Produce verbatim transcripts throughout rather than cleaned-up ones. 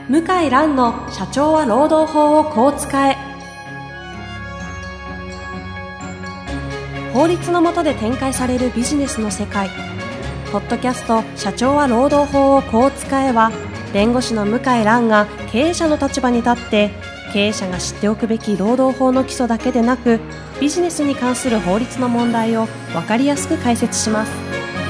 向井蘭の社長は労働法をこう使え。法律の下で展開されるビジネスの世界。ポッドキャスト社長は労働法をこう使えは、弁護士の向井蘭が経営者の立場に立って経営者が知っておくべき労働法の基礎だけでなく、ビジネスに関する法律の問題を分かりやすく解説します。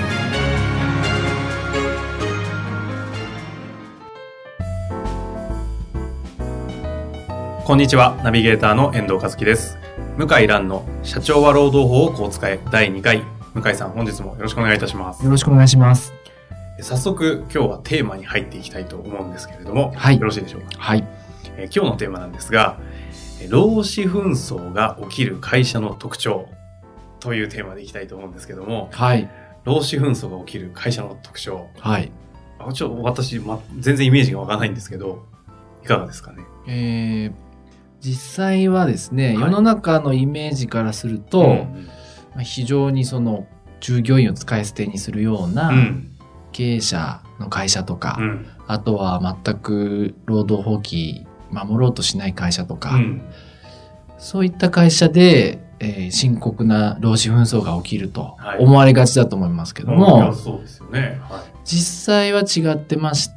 こんにちは、ナビゲーターの遠藤和樹です。向井蘭の社長は労働法をこう使えだいにかい。向井さん、本日もよろしくお願いいたします。 よろしくお願いします。 早速今日はテーマに入っていきたいと思うんですけれども、 はい、 よろしいでしょうか。 はい、 えー、今日のテーマなんですが、労使紛争が起きる会社の特徴というテーマでいきたいと思うんですけども、 はい、 労使紛争が起きる会社の特徴、 はい、 あちょっと私、ま、全然イメージがわからないんですけど、いかがですかね。 えー、実際はですね、はい、世の中のイメージからすると、うんまあ、非常にその従業員を使い捨てにするような、うん経営者の会社とか、うん、あとは全く労働法規守ろうとしない会社とか、うん、そういった会社で、えー、深刻な労使紛争が起きると思われがちだと思いますけども、 はい、そうですよね、はい、 実際は違ってまして、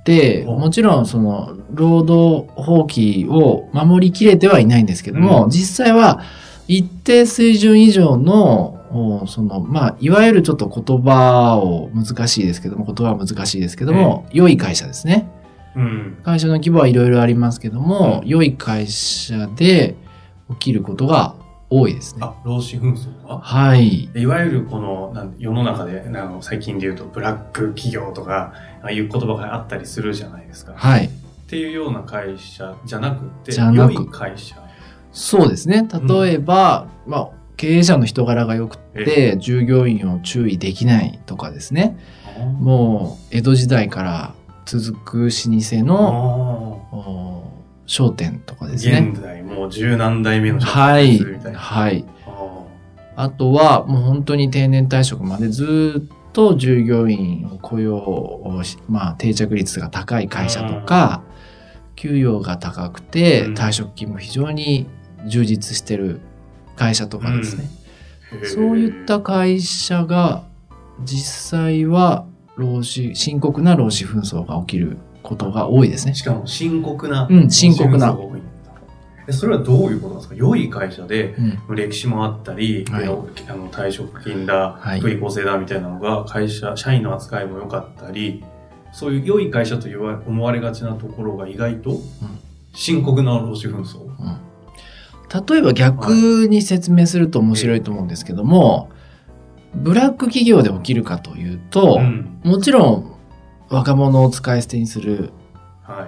もちろんその労働法規を守りきれてはいないんですけども、うん、実際は一定水準以上のその、まあ、いわゆるちょっと言葉を難しいですけども、言葉は難しいですけども、えー、良い会社ですね。うん、会社の規模はいろいろありますけども、うん、良い会社で起きることが多いですね。 あ、労使紛争がはい。 いわゆるこの、なん世の中で、なんか最近で言うと、ブラック企業とか、ああいう言葉があったりするじゃないですか。 はい。 っていうような会社じゃなくて、 じゃなく良い会社。 そうですね。例えば、うん、まあ、経営者の人柄が良くて従業員を注意できないとかですね、もう江戸時代から続く老舗の商店とかですね、 現代もう十何代目の商店するみたいな、 はい、はい、あとはもう本当に定年退職までずっと従業員を雇用を、まあ、定着率が高い会社とか、給与が高くて退職金も非常に充実してる会社とかですね、うん、そういった会社が実際は労使深刻な労使紛争が起きることが多いですね。 しかも深刻な、 うん、深刻な。 それはどういうことなんですか。良い会社で、うん、歴史もあったり、はい、あの退職金だ、福利厚生だみたいなのが会社社員の扱いも良かったり、そういう良い会社と思われがちなところが意外と深刻な労使紛争、うん例えば逆に説明すると面白いと思うんですけども、ブラック企業で起きるかというと、うん、もちろん若者を使い捨てにする、はい、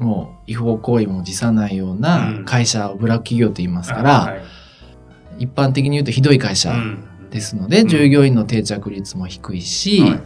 もう違法行為も辞さないような会社をブラック企業と言いますから、うんはい、一般的に言うとひどい会社ですので、うん、従業員の定着率も低いし、はい、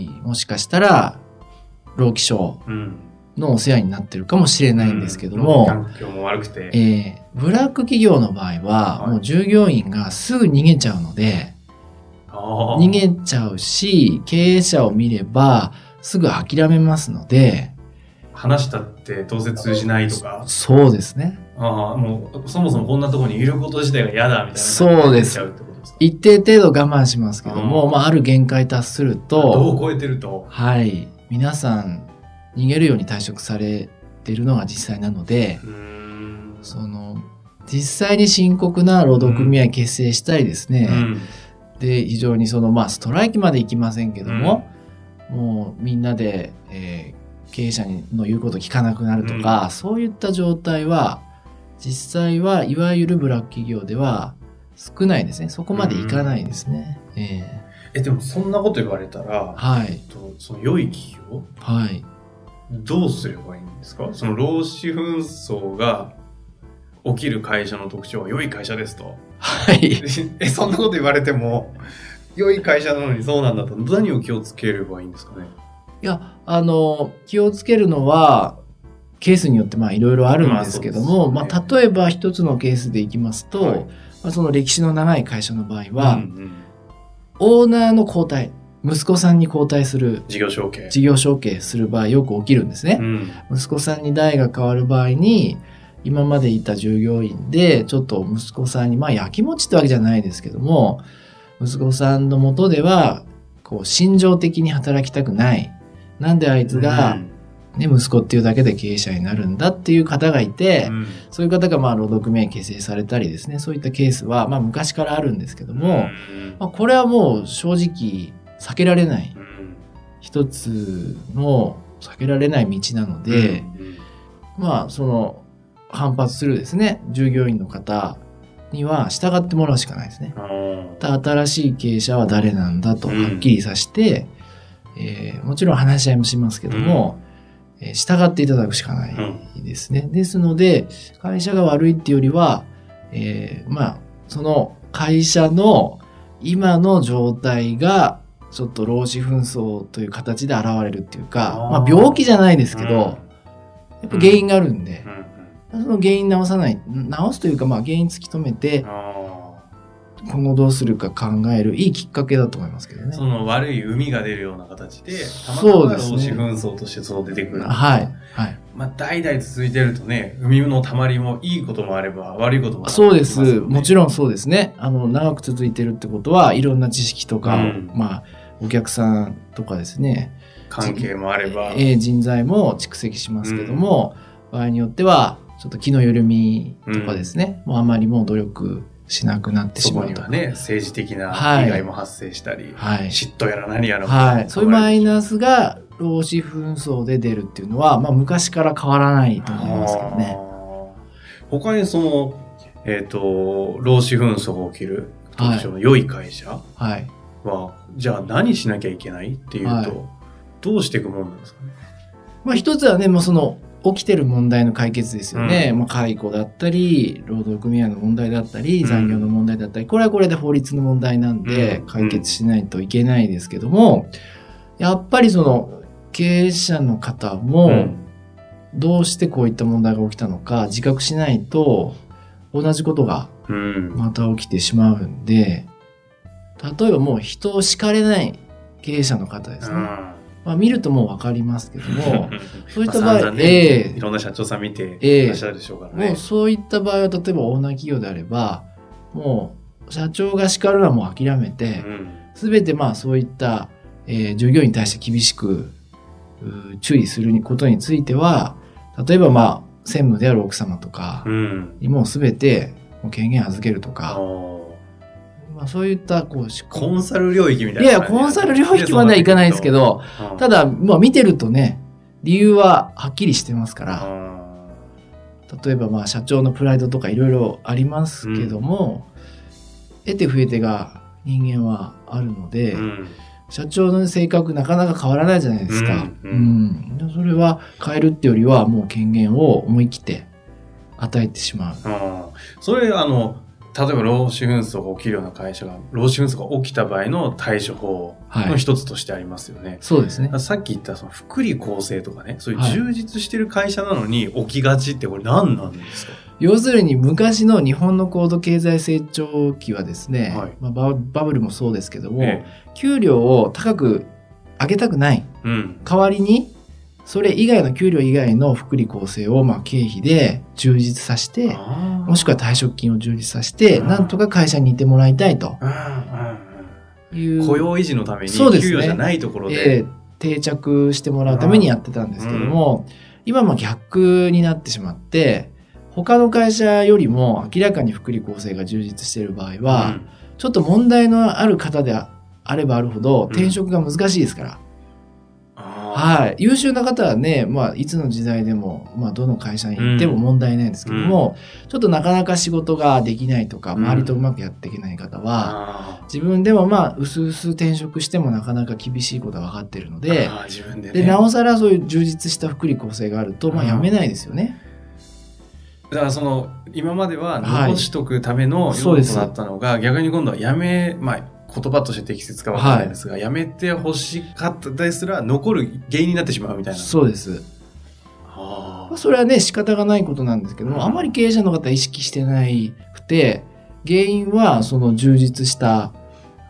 もしかしたら労基署、うんのお世話になってるかもしれないんですけども、 環境も悪くて、 えー、ブラック企業の場合は、はい、もう従業員がすぐ逃げちゃうので、逃げちゃうし、経営者を見ればすぐ諦めますので、 話したってどうせ通じないとか、 そうですね。 ああ、もうそもそもこんなところにいること自体が嫌だみたいな。 そうです。一定程度我慢しますけども、あ、まあ、ある限界達すると、 どう超えてると、 はい、皆さん逃げるように退職されているのが実際なので、うーんその実際に深刻な労働組合結成したりですね、うん、で非常にそのまあストライキまでいきませんけども、うん、もうみんなで、えー、経営者の言うことを聞かなくなるとか、うん、そういった状態は実際はいわゆるブラック企業では少ないですね。そこまでいかないですね。うん、 えー、えでもそんなこと言われたら、 はい、 その良い企業、 はいどうすればいいんですか。その労使紛争が起きる会社の特徴は良い会社ですと。 はい。 え、そんなこと言われても、良い会社なのにそうなんだと何を気をつければいいんですかね。 いや、あの、気をつけるのは、ケースによってまあいろいろあるんですけども、まあ、ね、まあ、例えば一つのケースでいきますと、はい、まあ、その歴史の長い会社の場合は、うんうん、オーナーの交代。 息子さんに交代する。 事業承継。 事業承継する場合よく起きるんですね。うん、息子さんに代が変わる場合に、今までいた従業員で、ちょっと息子さんに、まあ、やきもちってわけじゃないですけども、息子さんの下では、こう、心情的に働きたくない。なんであいつが、ね、息子っていうだけで経営者になるんだっていう方がいて、うん、そういう方が、まあ、労働組合結成されたりですね、そういったケースは、まあ、昔からあるんですけども、うん、まあ、これはもう正直、避けられない。うん、一つの避けられない道なので、うん、まあ、その、反発するですね、従業員の方には従ってもらうしかないですね。新しい経営者は誰なんだとはっきりさせて、うん、えー、もちろん話し合いもしますけども、うん、えー、従っていただくしかないですね。うん、ですので、会社が悪いっていうよりは、えー、まあ、その会社の今の状態がちょっと労使紛争という形で現れるっていうか、まあ病気じゃないですけど、うん、やっぱ原因があるんで、うんその原因直さない、直すというか、まあ原因突き止めて、今後どうするか考えるいいきっかけだと思いますけどね。 その悪い海が出るような形で、たまたま労使紛争としてそう出てくる。 ね、はい。はい。 まあ代々続いてるとね、海のたまりもいいこともあれば悪いこともある、ね。 そうです。もちろんそうですね。あの、長く続いてるってことは、いろんな知識とか、うん、まあ、お客さんとかですね。 関係もあれば。 えー、人材も蓄積しますけども、うん、場合によっては、ちょっと気の緩みとかですね、うん、もうあまりもう努力しなくなってしまうと。 そこにはね、政治的な被害も発生したり、はい、嫉妬やら何やらも、 はい、そういうマイナスが労使紛争で出るっていうのは、まあ昔から変わらないと思いますけどね。 他にその、えっ、ー、と、労使紛争が起きる特徴の良い会社は、はい、じゃあ何しなきゃいけないっていうと、はい、どうしていくものなんですかね。 まあ一つはね、もうその、起きてる問題の解決ですよね。うん、まあ解雇だったり、労働組合の問題だったり、残業の問題だったり、これはこれで法律の問題なんで解決しないといけないですけども、やっぱりその経営者の方も、どうしてこういった問題が起きたのか自覚しないと、同じことがまた起きてしまうんで、例えばもう人を叱れない経営者の方ですね。うんまあ見るともうわかりますけども、そういった場合、 ねえー、いろんな社長さん見ていらっしゃるでしょうからね。 もうそういった場合は、例えばオーナー企業であれば、もう社長が叱るのはもう諦めて、すべ、うん、てまあそういった、えー、従業員に対して厳しく注意することについては、例えばまあ専務である奥様とかにもすべてもう権限預けるとか、うんまあ、そういったこうコンサル領域みたいな。 いや、コンサル領域まではいかないですけど、うん、ただ、まあ見てるとね、理由ははっきりしてますから、うん、例えばまあ社長のプライドとかいろいろありますけども、うん、得て増えてが人間はあるので、うん、社長の性格なかなか変わらないじゃないですか。うんうんうん、それは変えるってよりはもう権限を思い切って与えてしまう。 うん、それあの例えば労使紛争が起きるような会社が、労使紛争が起きた場合の対処法の一つとしてありますよね。はい、 そうですね。 さっき言ったその福利厚生とかね、そういう充実してる会社なのに起きがちってこれ何なんですか？ 要するに昔の日本の高度経済成長期はですね、はいまあ、バ, バブルもそうですけども、ええ、給料を高く上げたくない。うん、代わりに、それ以外の給料以外の福利厚生をまあ経費で充実させて、もしくは退職金を充実させて、なんとか会社にいてもらいたいという。雇用維持のために給料じゃないところで。 そうですね。えー、定着してもらうためにやってたんですけども、うん、今も逆になってしまって、他の会社よりも明らかに福利厚生が充実している場合は、うん、ちょっと問題のある方であればあるほど転職が難しいですから。うんはい。優秀な方はね、まあ、いつの時代でも、まあ、どの会社に行っても問題ないんですけども、うん、ちょっとなかなか仕事ができないとか、周りとうまくやっていけない方は、うん、自分でもまあ、うすうす転職してもなかなか厳しいことが分かっているので、 あ自分でね、 で、なおさらそういう充実した福利厚生があると、まあ、辞めないですよね。 だからその、今までは残しとくための要素だったのが、はい、逆に今度は辞め、まあ、言葉として適切かわからないですが、はい、やめて欲しかったですら残る原因になってしまうみたいな。 そうです。はあ、それはね仕方がないことなんですけども、うん、あまり経営者の方は意識してないくて、原因はその充実した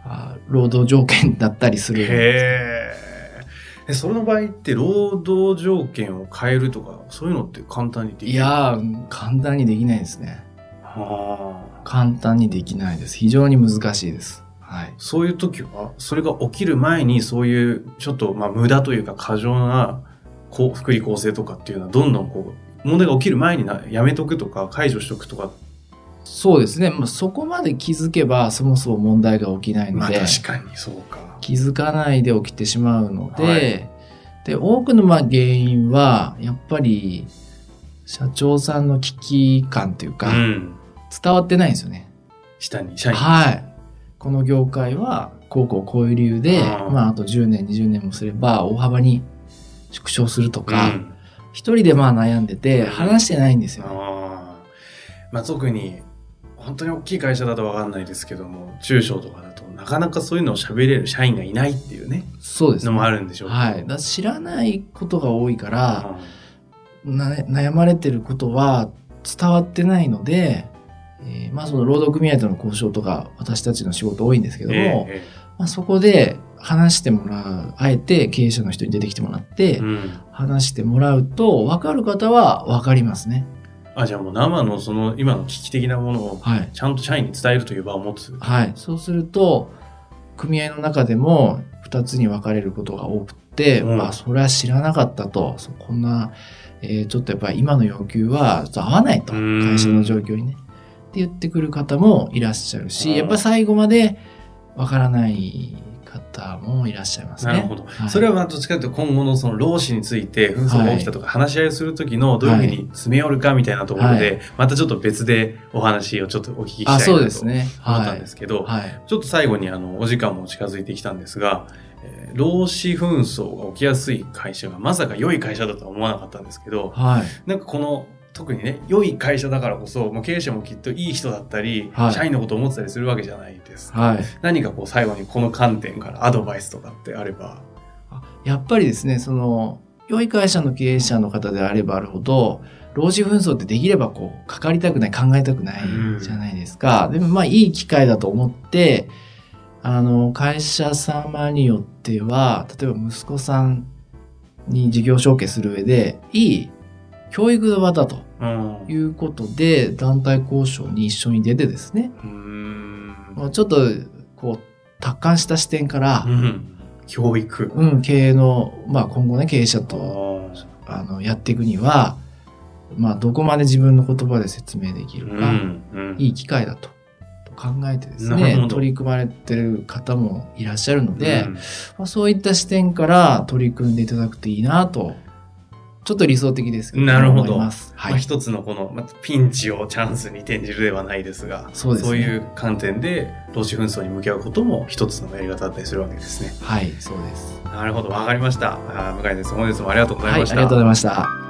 労働条件だったりする。 へー。その場合って労働条件を変えるとか、そういうのって簡単にできる？ いやー、簡単にできないですね。 はあ。 簡単にできないです。非常に難しいです。はい。 そういう時は、それが起きる前にそういうちょっとまあ無駄というか過剰なこう福利厚生とかっていうのはどんどんこう問題が起きる前になやめとくとか解除しとくとか。 そうですね。まあ、そこまで気づけばそもそも問題が起きないので。 まあ確かにそうか。 気づかないで起きてしまうので、はい、で多くのまあ原因はやっぱり社長さんの危機感というか、うん、伝わってないんですよね。 下に社員。 はい。この業界はこうこうこういう理由で、あまああとじゅうねんにじゅうねんもすれば大幅に縮小するとか、うん、一人でまあ悩んでて話してないんですよ、ね。 あまあ特に本当に大きい会社だと分かんないですけども、中小とかだとなかなかそういうのを喋れる社員がいないっていうね。 そうですね。 のもあるんでしょうけど。 はい。だ知らないことが多いから、うん、な悩まれてることは伝わってないので、えー、まあその労働組合との交渉とか私たちの仕事多いんですけども、えーまあ、そこで話してもらう、あえて経営者の人に出てきてもらって、うん、話してもらうと分かる方は分かりますね。 あ、じゃあもう生のその今の危機的なものをちゃんと社員に伝えるという場を持つ。 はい。そうすると、組合の中でも二つに分かれることが多くて、うん、まあそれは知らなかったと、こんな、えー、ちょっとやっぱり今の要求は合わないと、会社の状況にね。って言ってくる方もいらっしゃるし、やっぱり最後まで分からない方もいらっしゃいますね。 なるほど。はい、それはまあどっちかというと今後のその労使について紛争が起きたとか話し合いをするときのどういうふうに詰め寄るかみたいなところで、はい、またちょっと別でお話をちょっとお聞きしたいなと思ったんですけど、 はいはい、 ちょっと最後にあのお時間も近づいてきたんですが、えー、労使紛争が起きやすい会社がまさか良い会社だとは思わなかったんですけど、はい、なんかこの特にね、良い会社だからこそ、もう経営者もきっといい人だったり、はい、社員のことを思ってたりするわけじゃないですか。はい、何かこう最後にこの観点からアドバイスとかってあれば。 やっぱりですね、その、良い会社の経営者の方であればあるほど、労使紛争ってできればこう、かかりたくない、考えたくないじゃないですか。でもまあいい機会だと思って、あの、会社様によっては、例えば息子さんに事業承継する上で、いい教育の場だということで、うん、団体交渉に一緒に出てですね、うーんちょっとこう達観した視点から、うん、 教育、 うん、経営の、まあ、今後ね経営者とあのやっていくには、まあ、どこまで自分の言葉で説明できるか、うんうん、いい機会だと考えてですね取り組まれてる方もいらっしゃるので、うんまあ、そういった視点から取り組んでいただくといいなと。ちょっと理想的ですけど、 なるほど。 はい、 まあ、一つのこの、まあ、ピンチをチャンスに転じるではないですが、そうですね、そういう観点で労使紛争に向き合うことも一つのやり方だったりするわけですね。 はい、そうです。 なるほど、わかりました。あ、向井先生、本日もありがとうございました。 はい、ありがとうございました。